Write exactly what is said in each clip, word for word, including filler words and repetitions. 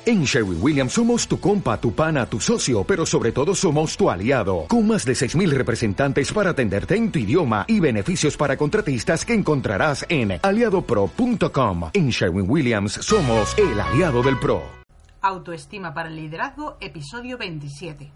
En Sherwin-Williams somos tu compa, tu pana, tu socio, pero sobre todo somos tu aliado, con más de seis mil representantes para atenderte en tu idioma y beneficios para contratistas que encontrarás en aliado pro punto com. En Sherwin-Williams somos el aliado del pro. Autoestima para el liderazgo, episodio veintisiete.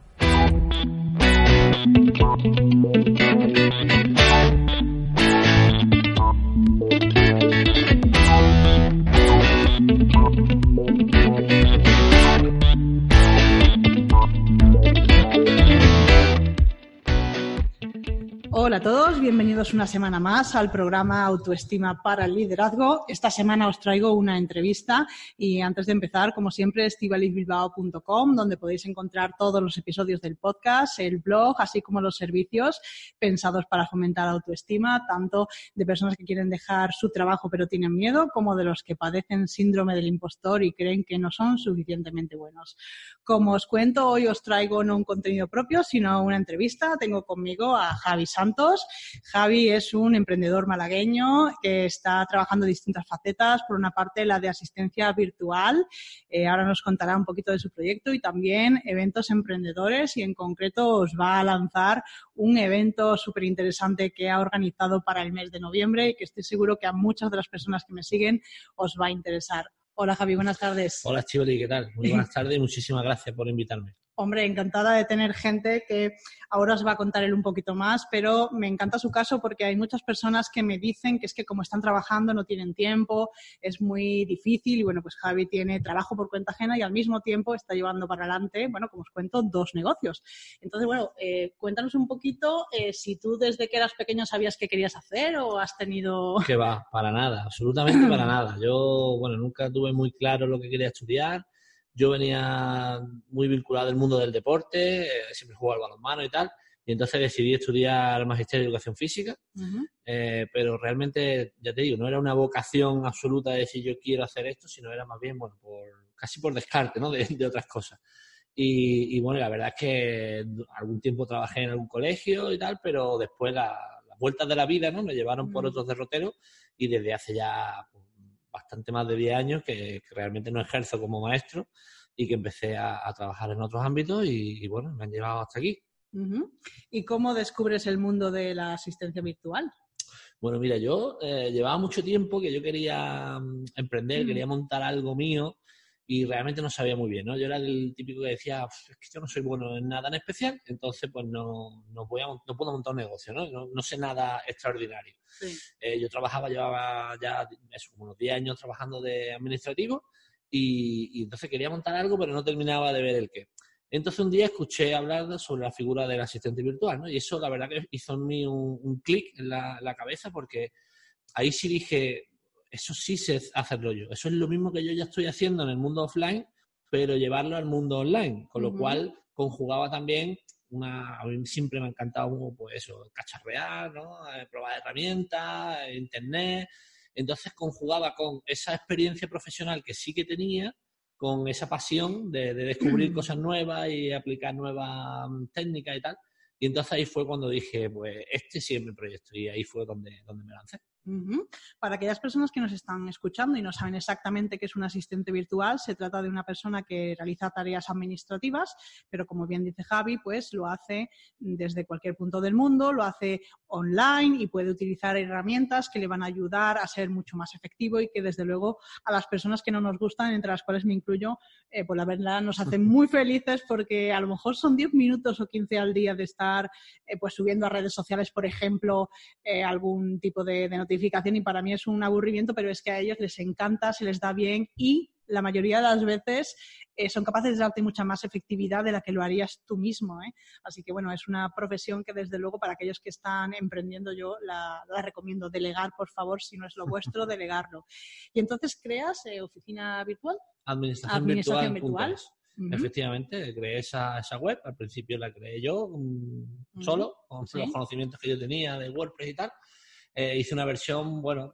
Hola a todos, bienvenidos una semana más al programa Autoestima para el Liderazgo. Esta semana os traigo una entrevista y antes de empezar, como siempre, estivaliz bilbao punto com, donde podéis encontrar todos los episodios del podcast, el blog, así como los servicios pensados para fomentar autoestima, tanto de personas que quieren dejar su trabajo pero tienen miedo, como de los que padecen síndrome del impostor y creen que no son suficientemente buenos. Como os cuento, hoy os traigo no un contenido propio, sino una entrevista. Tengo conmigo a Javi Santos. Javi es un emprendedor malagueño que está trabajando en distintas facetas. Por una parte, la de asistencia virtual. Eh, ahora nos contará un poquito de su proyecto y también eventos emprendedores y en concreto os va a lanzar un evento súper interesante que ha organizado para el mes de noviembre y que estoy seguro que a muchas de las personas que me siguen os va a interesar. Hola Javi, buenas tardes. Hola Estivali, ¿qué tal? Muy buenas tardes y muchísimas gracias por invitarme. Hombre, encantada de tener gente que ahora os va a contar él un poquito más, pero me encanta su caso porque hay muchas personas que me dicen que es que como están trabajando no tienen tiempo, es muy difícil y bueno, pues Javi tiene trabajo por cuenta ajena y al mismo tiempo está llevando para adelante, bueno, como os cuento, dos negocios. Entonces, bueno, eh, cuéntanos un poquito eh, si tú desde que eras pequeño sabías qué querías hacer o has tenido... Que va, para nada, absolutamente para nada. Yo, bueno, nunca tuve muy claro lo que quería estudiar. Yo venía muy vinculado al mundo del deporte, eh, siempre jugaba al balonmano y tal, y entonces decidí estudiar Magisterio de Educación Física, uh-huh. eh, pero realmente, ya te digo, no era una vocación absoluta de decir yo quiero hacer esto, sino era más bien, bueno, por casi por descarte, ¿no?, de, de otras cosas. Y, y bueno, la verdad es que algún tiempo trabajé en algún colegio y tal, pero después la, las vueltas de la vida, ¿no?, me llevaron uh-huh. por otros derroteros y desde hace ya... bastante más de diez años que, que realmente no ejerzo como maestro y que empecé a, a trabajar en otros ámbitos y, y bueno, me han llevado hasta aquí. Uh-huh. ¿Y cómo descubres el mundo de la asistencia virtual? Bueno, mira, yo eh, llevaba mucho tiempo que yo quería um, emprender, uh-huh. quería montar algo mío y realmente no sabía muy bien, ¿no? Yo era el típico que decía, es que yo no soy bueno en nada en especial, entonces pues no, no, voy a, no puedo montar un negocio, ¿no? No, no sé nada extraordinario. Sí. Eh, yo trabajaba, llevaba ya eso, como unos diez años trabajando de administrativo y, y entonces quería montar algo, pero no terminaba de ver el qué. Entonces un día escuché hablar sobre la figura del asistente virtual, ¿no? Y eso la verdad que hizo en mí un, un clic en la, la cabeza porque ahí sí dije... Eso sí sé hacerlo yo. Eso es lo mismo que yo ya estoy haciendo en el mundo offline, pero llevarlo al mundo online. Con lo uh-huh. cual conjugaba también una... A mí siempre me ha encantado pues eso, cacharrear, ¿no? Eh, probar herramientas, internet. Entonces conjugaba con esa experiencia profesional que sí que tenía, con esa pasión de, de descubrir uh-huh. cosas nuevas y aplicar nuevas técnicas y tal. Y entonces ahí fue cuando dije, pues este sí es mi proyecto. Y ahí fue donde, donde me lancé. Uh-huh. Para aquellas personas que nos están escuchando y no saben exactamente qué es un asistente virtual, se trata de una persona que realiza tareas administrativas, pero como bien dice Javi, pues lo hace desde cualquier punto del mundo, lo hace online y puede utilizar herramientas que le van a ayudar a ser mucho más efectivo y que desde luego a las personas que no nos gustan, entre las cuales me incluyo, eh, pues la verdad nos hacen muy felices porque a lo mejor son diez minutos o quince al día de estar eh, pues subiendo a redes sociales, por ejemplo, eh, algún tipo de, de notificación y para mí es un aburrimiento, pero es que a ellos les encanta, se les da bien y la mayoría de las veces eh, son capaces de darte mucha más efectividad de la que lo harías tú mismo, ¿eh? Así que bueno, es una profesión que desde luego para aquellos que están emprendiendo yo la, la recomiendo. Delegar, por favor, si no es lo vuestro, delegarlo. Y entonces creas eh, oficina virtual. Administración, Administración virtual. virtual. Uh-huh. Efectivamente, creé esa, esa web, al principio la creé yo um, uh-huh. solo, con ¿Sí? los conocimientos que yo tenía de WordPress y tal. Eh, hice una versión, bueno,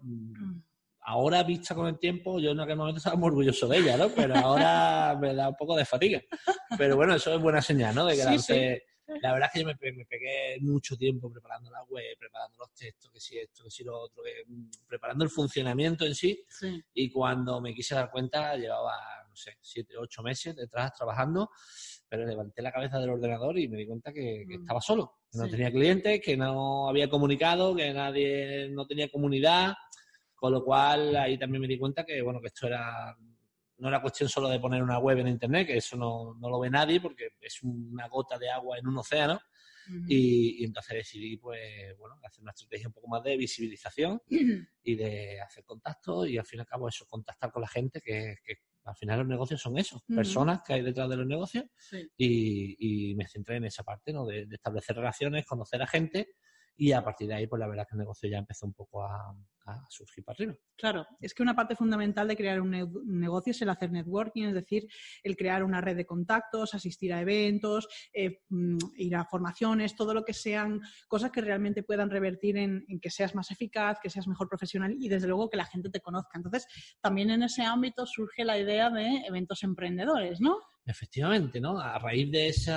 ahora vista con el tiempo, yo en aquel momento estaba muy orgulloso de ella, ¿no? Pero ahora me da un poco de fatiga. Pero bueno, eso es buena señal, ¿no? De que sí, lancé... sí. La verdad es que yo me, me pegué mucho tiempo preparando la web, preparando los textos, que si esto, que si lo otro, que, preparando el funcionamiento en sí. sí. Y cuando me quise dar cuenta, llevaba no sé, siete, ocho meses detrás trabajando, pero levanté la cabeza del ordenador y me di cuenta que, que estaba solo, que no sí. tenía clientes, que no había comunicado, que nadie, no tenía comunidad, con lo cual ahí también me di cuenta que, bueno, que esto era, no era cuestión solo de poner una web en internet, que eso no, no lo ve nadie porque es una gota de agua en un océano. Uh-huh. Y, y entonces decidí, pues, bueno, hacer una estrategia un poco más de visibilización uh-huh. y de hacer contactos y al fin y al cabo eso, contactar con la gente, que, que al final los negocios son eso, uh-huh. personas que hay detrás de los negocios sí. y, y me centré en esa parte, ¿no? De, de establecer relaciones, conocer a gente y a partir de ahí, pues la verdad es que el negocio ya empezó un poco a, a surgir para arriba. Claro, es que una parte fundamental de crear un, ne- un negocio es el hacer networking, es decir, el crear una red de contactos, asistir a eventos, eh, ir a formaciones, todo lo que sean cosas que realmente puedan revertir en, en que seas más eficaz, que seas mejor profesional y desde luego que la gente te conozca. Entonces, también en ese ámbito surge la idea de eventos emprendedores, ¿no? Efectivamente, ¿no? A raíz de ese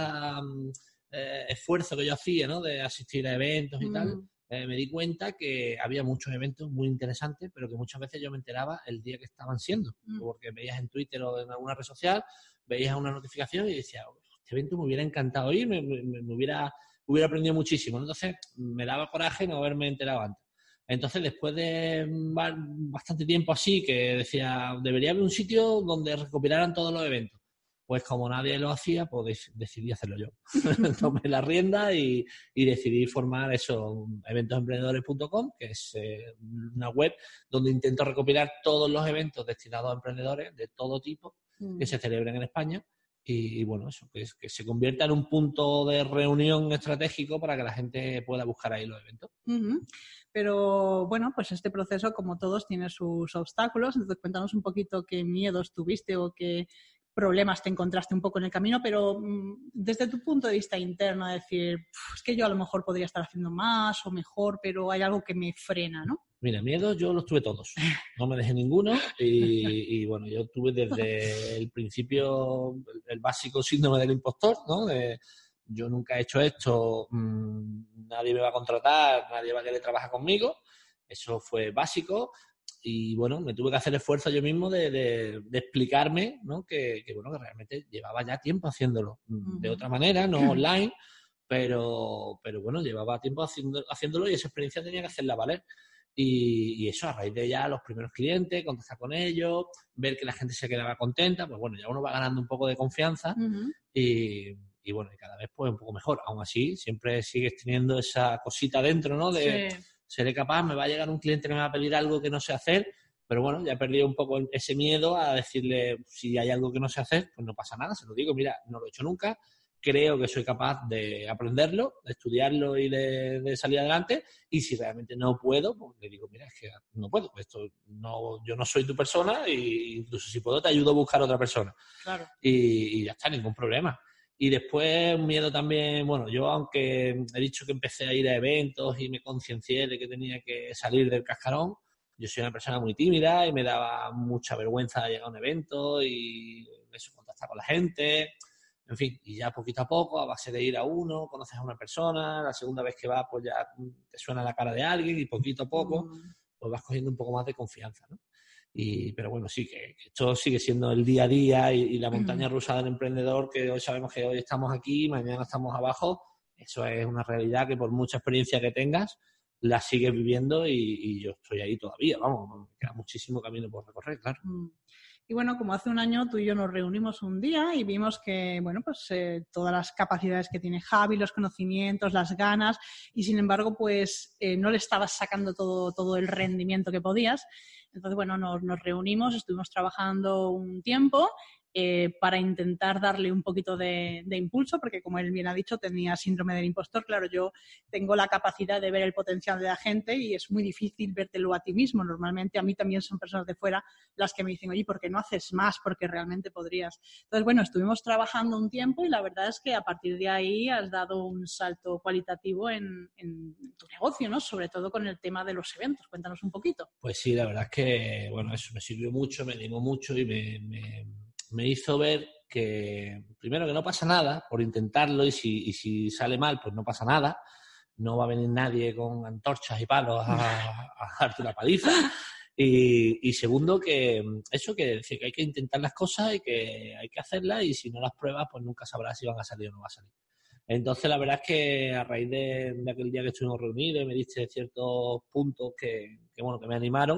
eh, esfuerzo que yo hacía, ¿no? De asistir a eventos y mm. tal, Eh, me di cuenta que había muchos eventos muy interesantes, pero que muchas veces yo me enteraba el día que estaban siendo, mm. porque veías en Twitter o en alguna red social, veías una notificación y decías, este evento me hubiera encantado ir, me, me, me hubiera, hubiera aprendido muchísimo, ¿no? Entonces me daba coraje no haberme enterado antes. Entonces, después de bastante tiempo así, que decía, debería haber un sitio donde recopilaran todos los eventos. Pues como nadie lo hacía, pues decidí hacerlo yo. Tomé la rienda y, y decidí formar eso, eventos emprendedores punto com, que es eh, una web donde intento recopilar todos los eventos destinados a emprendedores de todo tipo mm. que se celebren en España. Y, y bueno, eso, que, que se convierta en un punto de reunión estratégico para que la gente pueda buscar ahí los eventos. Uh-huh. Pero bueno, pues este proceso, como todos, tiene sus obstáculos. Entonces, cuéntanos un poquito qué miedos tuviste o qué problemas te encontraste un poco en el camino, pero mmm, desde tu punto de vista interno, decir, es que yo a lo mejor podría estar haciendo más o mejor, pero hay algo que me frena, ¿no? Mira, miedos yo los tuve todos, no me dejé ninguno y, y bueno, yo tuve desde el principio el, el básico síndrome del impostor, ¿no? De, yo nunca he hecho esto, mmm, nadie me va a contratar, nadie va a querer trabajar conmigo, eso fue básico. Y bueno, me tuve que hacer esfuerzo yo mismo de, de, de explicarme, ¿no? Que, que bueno, que realmente llevaba ya tiempo haciéndolo. Uh-huh. De otra manera, no online, pero, pero bueno, llevaba tiempo haciendo, haciéndolo y esa experiencia tenía que hacerla valer. Y, y eso, a raíz de ya los primeros clientes, contactar con ellos, ver que la gente se quedaba contenta, pues bueno, ya uno va ganando un poco de confianza uh-huh. y, y bueno, y cada vez pues un poco mejor. Aún así, siempre sigues teniendo esa cosita dentro, ¿no? De, sí. Seré capaz, me va a llegar un cliente que me va a pedir algo que no sé hacer, pero bueno, ya he perdido un poco ese miedo a decirle, si hay algo que no sé hacer, pues no pasa nada, se lo digo, mira, no lo he hecho nunca, creo que soy capaz de aprenderlo, de estudiarlo y de, de salir adelante, y si realmente no puedo, pues le digo, mira, es que no puedo, esto no, yo no soy tu persona, e incluso si puedo te ayudo a buscar a otra persona. Claro. Y, y ya está, ningún problema. Y después un miedo también, bueno, yo aunque he dicho que empecé a ir a eventos y me conciencié de que tenía que salir del cascarón, yo soy una persona muy tímida y me daba mucha vergüenza llegar a un evento y eso, contactar con la gente, en fin, y ya poquito a poco, a base de ir a uno, conoces a una persona, la segunda vez que vas pues ya te suena la cara de alguien y poquito a poco pues vas cogiendo un poco más de confianza, ¿no? Y, pero bueno, sí, que, que esto sigue siendo el día a día y, y la montaña rusa del emprendedor, que hoy sabemos que hoy estamos aquí, mañana estamos abajo. Eso es una realidad que por mucha experiencia que tengas, la sigues viviendo y, y yo estoy ahí todavía, vamos, me queda muchísimo camino por recorrer, claro. Y bueno, como hace un año tú y yo nos reunimos un día y vimos que, bueno, pues eh, todas las capacidades que tiene Javi, los conocimientos, las ganas, y sin embargo, pues eh, no le estabas sacando todo, todo el rendimiento que podías. Entonces, bueno, nos, nos reunimos, estuvimos trabajando un tiempo eh, para intentar darle un poquito de, de impulso, porque como él bien ha dicho, tenía síndrome del impostor. Claro, yo tengo la capacidad de ver el potencial de la gente y es muy difícil vértelo a ti mismo. Normalmente a mí también son personas de fuera las que me dicen, oye, ¿por qué no haces más? Porque realmente podrías. Entonces, bueno, estuvimos trabajando un tiempo y la verdad es que a partir de ahí has dado un salto cualitativo en, en tu negocio, ¿no? Sobre todo con el tema de los eventos. Cuéntanos un poquito. Pues sí, la verdad es que, bueno, eso me sirvió mucho, me animó mucho y me... me... me hizo ver que, primero, que no pasa nada por intentarlo y si, y si sale mal, pues no pasa nada. No va a venir nadie con antorchas y palos a, a darte una paliza. Y, y segundo, que eso, que, decir, que hay que intentar las cosas y que hay que hacerlas, y si no las pruebas, pues nunca sabrás si van a salir o no van a salir. Entonces, la verdad es que a raíz de, de aquel día que estuvimos reunidos, me diste ciertos puntos que, que, bueno, que me animaron,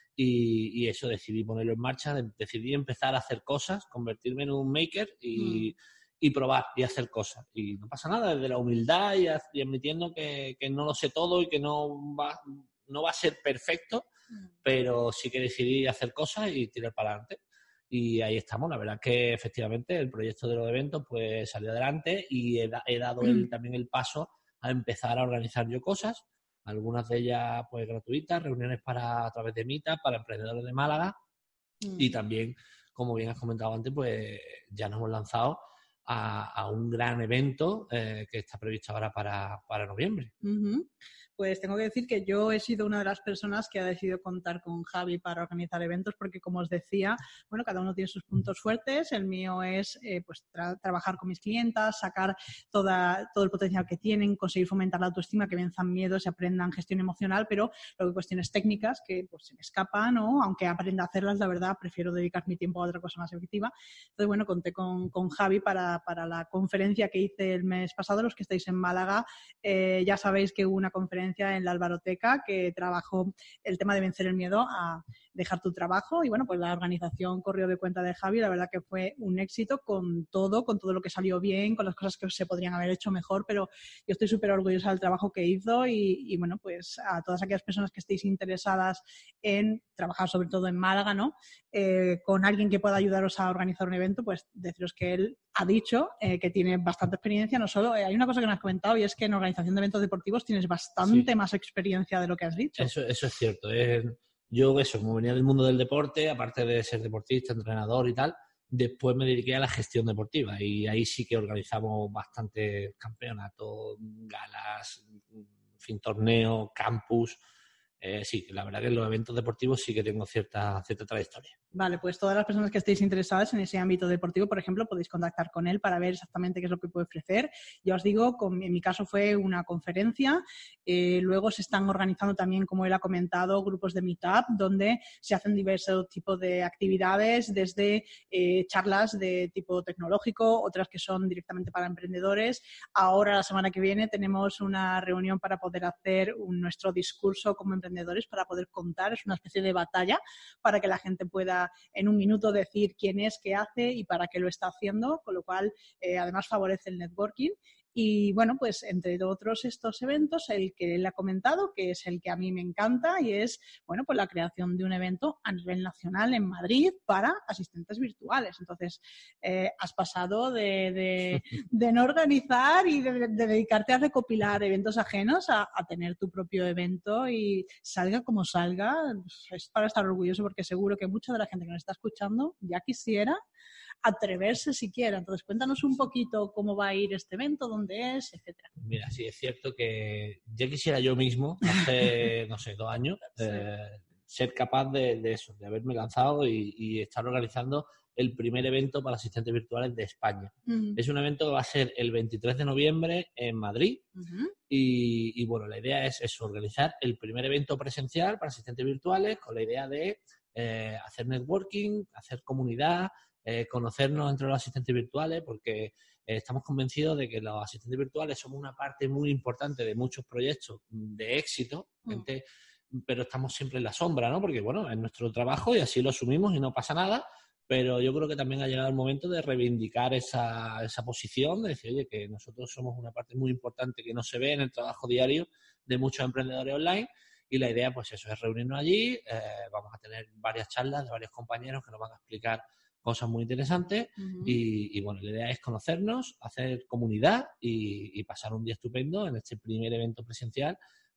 y, y eso, decidí ponerlo en marcha, decidí empezar a hacer cosas, convertirme en un maker y, mm. y probar y hacer cosas. Y no pasa nada, desde la humildad y, y admitiendo que, que no lo sé todo y que no va, no va a ser perfecto, pero sí que decidí hacer cosas y tirar para adelante. Y ahí estamos. La verdad es que efectivamente el proyecto de los eventos pues salió adelante, y he, he dado el, también el paso a empezar a organizar yo cosas, algunas de ellas pues gratuitas, reuniones para a través de Meetup para emprendedores de Málaga, mm. y también, como bien has comentado antes, pues ya nos hemos lanzado a, a un gran evento eh, que está previsto ahora para, para noviembre. Uh-huh. Pues tengo que decir que yo he sido una de las personas que ha decidido contar con Javi para organizar eventos, porque, como os decía, bueno, cada uno tiene sus puntos fuertes. El mío es eh, pues tra- trabajar con mis clientas, sacar toda, todo el potencial que tienen, conseguir fomentar la autoestima, que venzan miedos y aprendan gestión emocional, pero luego cuestiones técnicas que pues se me escapan, ¿no? Aunque aprenda a hacerlas, la verdad, prefiero dedicar mi tiempo a otra cosa más efectiva. Entonces, bueno, conté con, con Javi para, para la conferencia que hice el mes pasado. Los que estáis en Málaga, eh, ya sabéis que hubo una conferencia en la Alvaroteca que trabajó el tema de vencer el miedo a dejar tu trabajo, y bueno, pues la organización corrió de cuenta de Javi. La verdad que fue un éxito con todo, con todo lo que salió bien, con las cosas que se podrían haber hecho mejor, pero yo estoy súper orgullosa del trabajo que hizo, y, y bueno, pues a todas aquellas personas que estéis interesadas en trabajar, sobre todo en Málaga, ¿no? Eh, con alguien que pueda ayudaros a organizar un evento, pues deciros que él ha dicho eh, que tiene bastante experiencia. No solo, eh, hay una cosa que no has comentado, y es que en organización de eventos deportivos tienes bastante sí. más experiencia de lo que has dicho. Eso, eso es cierto. Eh, yo, eso, como venía del mundo del deporte, aparte de ser deportista, entrenador y tal, después me dediqué a la gestión deportiva, y ahí sí que organizamos bastante campeonatos, galas, en fin, torneos, campus. Eh, sí, la verdad que en los eventos deportivos sí que tengo cierta, cierta trayectoria. Vale, pues todas las personas que estéis interesadas en ese ámbito deportivo, por ejemplo, podéis contactar con él para ver exactamente qué es lo que puede ofrecer. Ya os digo, con, en mi caso fue una conferencia. Eh, luego se están organizando también, como él ha comentado, grupos de Meetup, donde se hacen diversos tipos de actividades, desde eh, charlas de tipo tecnológico, otras que son directamente para emprendedores. Ahora, la semana que viene, tenemos una reunión para poder hacer un, nuestro discurso como emprendedores, para poder contar. Es una especie de batalla para que la gente pueda en un minuto decir quién es, qué hace y para qué lo está haciendo, con lo cual eh, además favorece el networking. Y bueno, pues entre otros estos eventos, el que él ha comentado, que es el que a mí me encanta, y es, bueno, pues la creación de un evento a nivel nacional en Madrid para asistentes virtuales. Entonces, eh, has pasado de, de, de no organizar y de, de dedicarte a recopilar eventos ajenos a, a tener tu propio evento, y salga como salga, es para estar orgulloso, porque seguro que mucha de la gente que nos está escuchando ya quisiera atreverse siquiera. Entonces, cuéntanos un poquito cómo va a ir este evento, dónde es, etcétera. Mira, sí, es cierto que ya quisiera yo mismo, hace, no sé, dos años, sí. eh, ser capaz de, de eso, de haberme lanzado y, y estar organizando el primer evento para asistentes virtuales de España. Uh-huh. Es un evento que va a ser el veintitrés de noviembre en Madrid. Uh-huh. y, y, bueno, la idea es eso, organizar el primer evento presencial para asistentes virtuales, con la idea de eh, hacer networking, hacer comunidad, Eh, conocernos entre los asistentes virtuales, porque eh, estamos convencidos de que los asistentes virtuales somos una parte muy importante de muchos proyectos de éxito, mm. gente, pero estamos siempre en la sombra, ¿no? Porque, bueno, es nuestro trabajo y así lo asumimos y no pasa nada, pero yo creo que también ha llegado el momento de reivindicar esa, esa posición, de decir, oye, que nosotros somos una parte muy importante que no se ve en el trabajo diario de muchos emprendedores online. Y la idea, pues eso, es reunirnos allí. Eh, vamos a tener varias charlas de varios compañeros que nos van a explicar cosas muy interesantes. Uh-huh. y, y bueno, la idea es conocernos, hacer comunidad y, y pasar un día estupendo en este primer evento presencial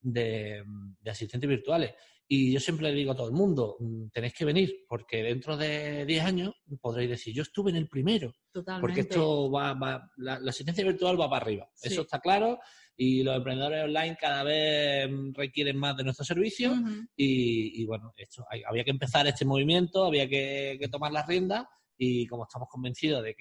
de, de asistentes virtuales. Y yo siempre le digo a todo el mundo, tenéis que venir, porque dentro de diez años podréis decir, yo estuve en el primero. Totalmente. Porque esto va, va la, la asistencia virtual va para arriba, sí. Eso está claro, y los emprendedores online cada vez requieren más de nuestros servicios. Uh-huh. y, y bueno, esto, hay, había que empezar este movimiento, había que, que tomar las riendas, y como estamos convencidos de que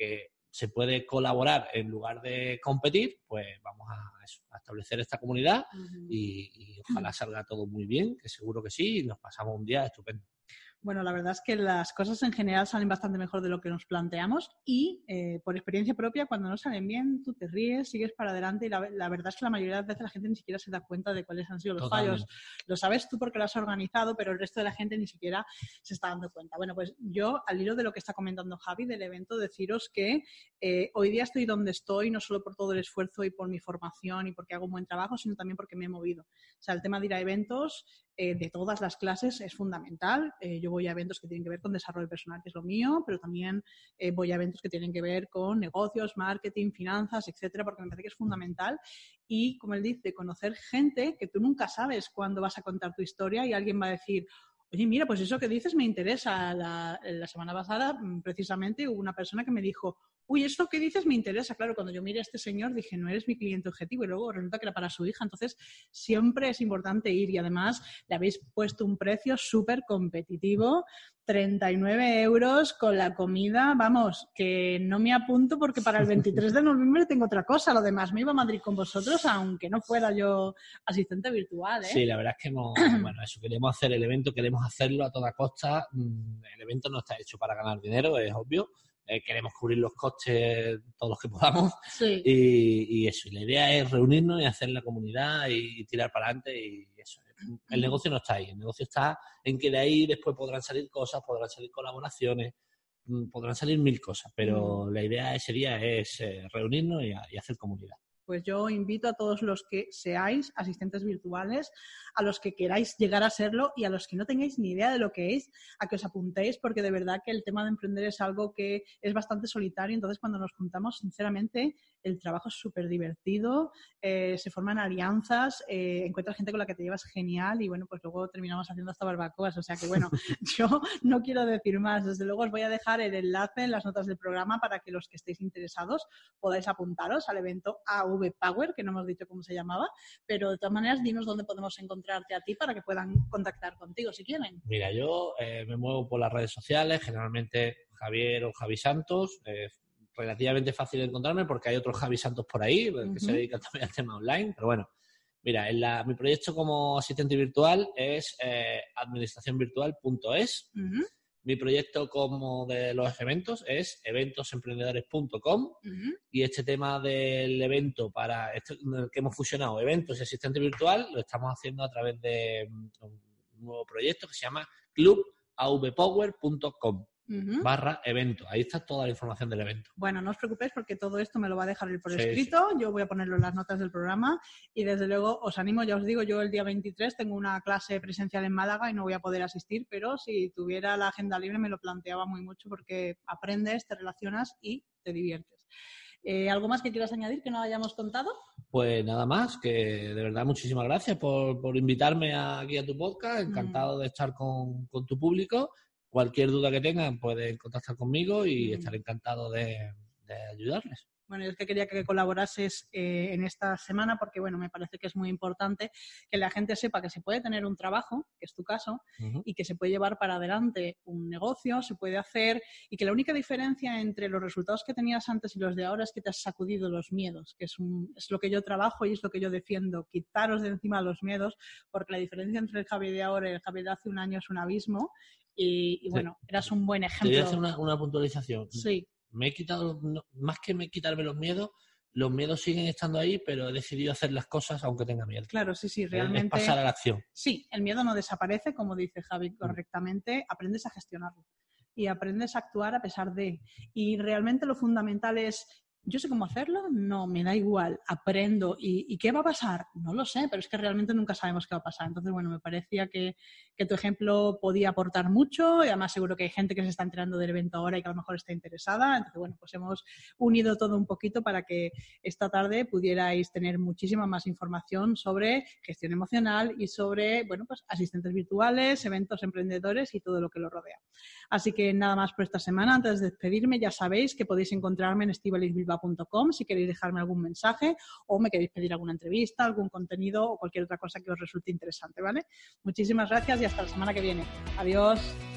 se puede colaborar en lugar de competir, pues vamos a, eso, a establecer esta comunidad uh-huh. y, y ojalá salga todo muy bien, que seguro que sí, y nos pasamos un día estupendo. Bueno, la verdad es que las cosas en general salen bastante mejor de lo que nos planteamos y eh, por experiencia propia, cuando no salen bien, tú te ríes, sigues para adelante y la, la verdad es que la mayoría de las veces la gente ni siquiera se da cuenta de cuáles han sido los Totalmente. fallos. Lo sabes tú porque lo has organizado, pero el resto de la gente ni siquiera se está dando cuenta. Bueno, pues yo, al hilo de lo que está comentando Javi del evento, deciros que eh, hoy día estoy donde estoy, no solo por todo el esfuerzo y por mi formación y porque hago un buen trabajo, sino también porque me he movido. O sea, el tema de ir a eventos eh, de todas las clases es fundamental. Eh, yo voy a eventos que tienen que ver con desarrollo personal, que es lo mío, pero también eh, voy a eventos que tienen que ver con negocios, marketing, finanzas, etcétera, porque me parece que es fundamental. Y, como él dice, conocer gente que tú nunca sabes cuándo vas a contar tu historia y alguien va a decir, oye, mira, pues eso que dices me interesa. La, la semana pasada, precisamente, hubo una persona que me dijo, uy, esto que dices me interesa. Claro, cuando yo miré a este señor dije, no eres mi cliente objetivo, y luego resulta que era para su hija. Entonces, siempre es importante ir y además le habéis puesto un precio súper competitivo, treinta y nueve euros con la comida. Vamos, que no me apunto porque para el veintitrés de noviembre tengo otra cosa. Lo demás me iba a Madrid con vosotros, aunque no fuera yo asistente virtual, ¿eh? Sí, la verdad es que hemos, bueno, eso, queremos hacer el evento, queremos hacerlo a toda costa. El evento no está hecho para ganar dinero, es obvio. Eh, queremos cubrir los costes todos los que podamos sí. y, y eso, y la idea es reunirnos y hacer la comunidad y, y tirar para adelante y eso. El negocio no está ahí, el negocio está en que de ahí después podrán salir cosas, podrán salir colaboraciones, podrán salir mil cosas, pero mm. la idea ese día es eh, reunirnos y, a, y hacer comunidad. Pues yo invito a todos los que seáis asistentes virtuales, a los que queráis llegar a serlo y a los que no tengáis ni idea de lo que es, a que os apuntéis, porque de verdad que el tema de emprender es algo que es bastante solitario. Entonces, cuando nos juntamos, sinceramente, el trabajo es súper divertido, eh, se forman alianzas, eh, encuentras gente con la que te llevas genial y, bueno, pues luego terminamos haciendo hasta barbacoas. O sea que, bueno, yo no quiero decir más. Desde luego os voy a dejar el enlace en las notas del programa para que los que estéis interesados podáis apuntaros al evento A V Power, que no hemos dicho cómo se llamaba, pero de todas maneras dinos dónde podemos encontrarte a ti para que puedan contactar contigo si quieren. Mira, yo eh, me muevo por las redes sociales, generalmente Javier o Javi Santos, eh, relativamente fácil de encontrarme porque hay otros Javi Santos por ahí que uh-huh. se dedican también al tema online, pero bueno, mira, en la, mi proyecto como asistente virtual es eh, administración virtual punto es. Uh-huh. Mi proyecto como de los eventos es eventos emprendedores punto com uh-huh. y este tema del evento para este, que hemos fusionado eventos y asistente virtual lo estamos haciendo a través de un nuevo proyecto que se llama club a v power punto com. Uh-huh. barra evento. Ahí está toda la información del evento. Bueno, no os preocupéis porque todo esto me lo va a dejar él por sí, escrito. Sí. Yo voy a ponerlo en las notas del programa y desde luego os animo, ya os digo, yo el día veintitrés tengo una clase presencial en Málaga y no voy a poder asistir, pero si tuviera la agenda libre me lo planteaba muy mucho porque aprendes, te relacionas y te diviertes. Eh, ¿Algo más que quieras añadir que no hayamos contado? Pues nada más, que de verdad muchísimas gracias por, por invitarme aquí a tu podcast. Encantado mm. de estar con, con tu público. Cualquier duda que tengan pueden contactar conmigo y mm. estaré encantado de, de ayudarles. Bueno, yo es que quería que colaborases eh, en esta semana porque, bueno, me parece que es muy importante que la gente sepa que se puede tener un trabajo, que es tu caso, uh-huh. y que se puede llevar para adelante un negocio, se puede hacer, y que la única diferencia entre los resultados que tenías antes y los de ahora es que te has sacudido los miedos, que es, un, es lo que yo trabajo y es lo que yo defiendo, quitaros de encima los miedos, porque la diferencia entre el Javi de ahora y el Javi de hace un año es un abismo, y, y bueno, eras un buen ejemplo. Te voy a hacer una, una puntualización. Sí. Me he quitado, no, más que me quitarme los miedos, los miedos siguen estando ahí, pero he decidido hacer las cosas aunque tenga miedo. Claro, sí, sí, realmente. Es pasar a la acción. Sí, el miedo no desaparece, como dice Javi correctamente, aprendes a gestionarlo y aprendes a actuar a pesar de. Y realmente lo fundamental es, ¿yo sé cómo hacerlo? No, me da igual, aprendo. ¿Y, ¿Y qué va a pasar? No lo sé, pero es que realmente nunca sabemos qué va a pasar. Entonces, bueno, me parecía que, que tu ejemplo podía aportar mucho y además seguro que hay gente que se está enterando del evento ahora y que a lo mejor está interesada. Entonces, bueno, pues hemos unido todo un poquito para que esta tarde pudierais tener muchísima más información sobre gestión emocional y sobre, bueno, pues asistentes virtuales, eventos emprendedores y todo lo que lo rodea. Así que nada más por esta semana. Antes de despedirme, ya sabéis que podéis encontrarme en Estíbaliz Bilbao punto com si queréis dejarme algún mensaje o me queréis pedir alguna entrevista, algún contenido o cualquier otra cosa que os resulte interesante, ¿vale? Muchísimas gracias y hasta la semana que viene. Adiós.